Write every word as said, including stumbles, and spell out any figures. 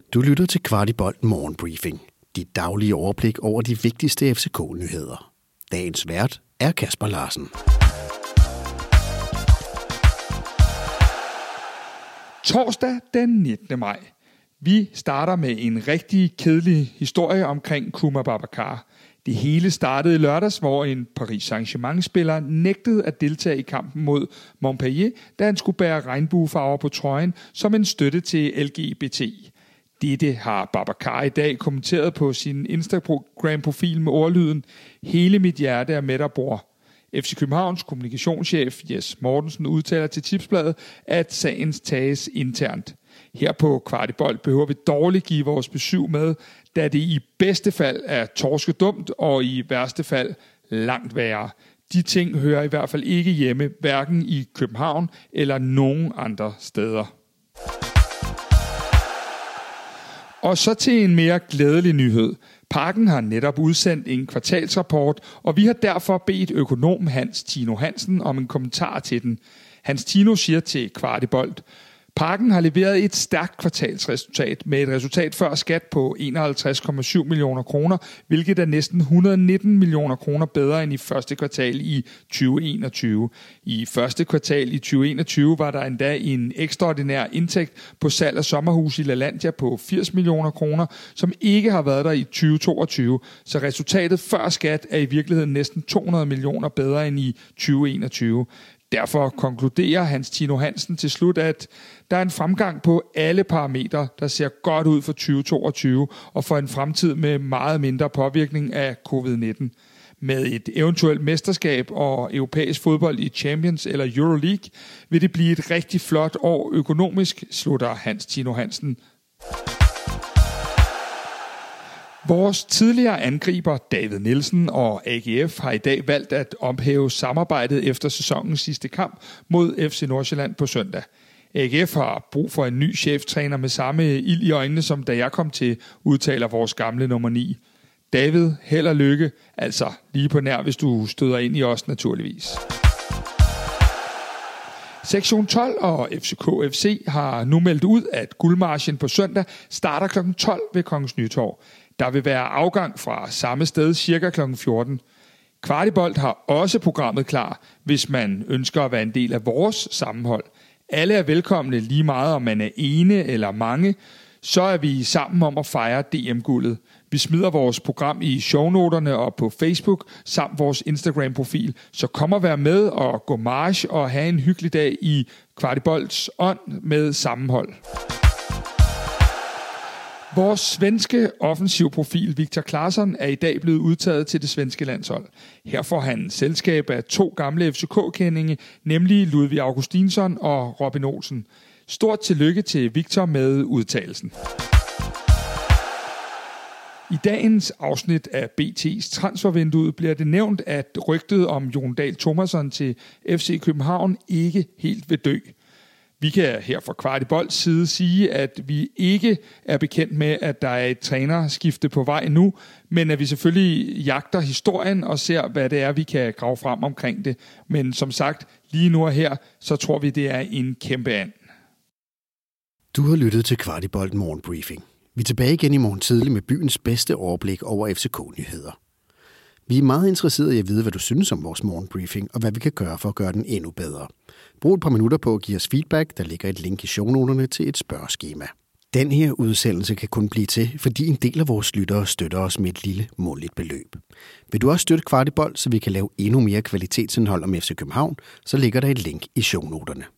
Du lytter til Kvartibolt Morgenbriefing. Dit daglige overblik over de vigtigste F C K-nyheder. Dagens vært er Kasper Larsen. Torsdag den nittende maj. Vi starter med en rigtig kedelig historie omkring Khouma Babacar. Det hele startede i lørdags, hvor en Paris Saint-Germain-spiller nægtede at deltage i kampen mod Montpellier, da han skulle bære regnbuefarver på trøjen som en støtte til L G B T. Dette har Babacar i dag kommenteret på sin Instagram-profil med ordlyden: "Hele mit hjerte er med dig, bror." F C Københavns kommunikationschef Jes Mortensen udtaler til Tipsbladet, at sagen tages internt. Her på Kvartibolt behøver vi dårligt give vores besøg med, da det i bedste fald er torskedumt og i værste fald langt værre. De ting hører i hvert fald ikke hjemme, hverken i København eller nogen andre steder. Og så til en mere glædelig nyhed. Parken har netop udsendt en kvartalsrapport, og vi har derfor bedt økonom Hans Tino Hansen om en kommentar til den. Hans Tino siger til Kvartibolt: Parken har leveret et stærkt kvartalsresultat med et resultat før skat på enoghalvtreds komma syv millioner kroner, hvilket er næsten et hundrede og nitten millioner kroner bedre end i første kvartal i tyve enogtyve. I første kvartal i tyve enogtyve var der endda en ekstraordinær indtægt på salg af sommerhus i LaLandia på firs millioner kroner, som ikke har været der i tyve toogtyve, så resultatet før skat er i virkeligheden næsten to hundrede millioner bedre end i tyve enogtyve. Derfor konkluderer Hans Tino Hansen til slut, at der er en fremgang på alle parametre, der ser godt ud for tyve toogtyve og for en fremtid med meget mindre påvirkning af covid nitten. Med et eventuelt mesterskab og europæisk fodbold i Champions eller Euroleague vil det blive et rigtig flot år økonomisk, slutter Hans Tino Hansen. Vores tidligere angriber David Nielsen og A G F har i dag valgt at ophæve samarbejdet efter sæsonens sidste kamp mod F C Nordsjælland på søndag. A G F har brug for en ny cheftræner med samme ild i øjnene, som da jeg kom til, udtaler vores gamle nummer ni. David, held og lykke, altså lige på nær, hvis du støder ind i os naturligvis. Sektion tolv og F C K F C har nu meldt ud, at guldmarchen på søndag starter klokken tolv ved Kongens Nytorv. Der vil være afgang fra samme sted cirka klokken fjorten. Kvartibolt har også programmet klar, hvis man ønsker at være en del af vores sammenhold. Alle er velkomne lige meget, om man er ene eller mange. Så er vi sammen om at fejre D M-guldet. Vi smider vores program i shownoterne og på Facebook samt vores Instagram-profil. Så kom og vær med og gå march og have en hyggelig dag i Kvartibolts ånd med sammenhold. Vores svenske offensivprofil Viktor Claesson er i dag blevet udtaget til det svenske landshold. Her får han selskab af to gamle F C K-kendinge, nemlig Ludvig Augustinsson og Robin Olsen. Stort tillykke til Viktor med udtagelsen. I dagens afsnit af B T's transfervinduet bliver det nævnt, at rygtet om Jon Dahl Tomasson til F C København ikke helt vil dø. Vi kan her fra Kvartibolts side sige, at vi ikke er bekendt med, at der er et trænerskifte på vej nu, men at vi selvfølgelig jagter historien og ser, hvad det er, vi kan grave frem omkring det. Men som sagt, lige nu og her, så tror vi, det er en kæmpe and. Du har lyttet til Kvartibolt Morgenbriefing. Vi er tilbage igen i morgen tidlig med byens bedste overblik over F C K-nyheder. Vi er meget interesserede i at vide, hvad du synes om vores morgenbriefing, og hvad vi kan gøre for at gøre den endnu bedre. Brug et par minutter på at give os feedback. Der ligger et link i shownoterne til et spørgeskema. Den her udsendelse kan kun blive til, fordi en del af vores lyttere støtter os med et lille månedligt beløb. Vil du også støtte Kvartibolt, så vi kan lave endnu mere kvalitetsindhold om F C København, så ligger der et link i shownoterne.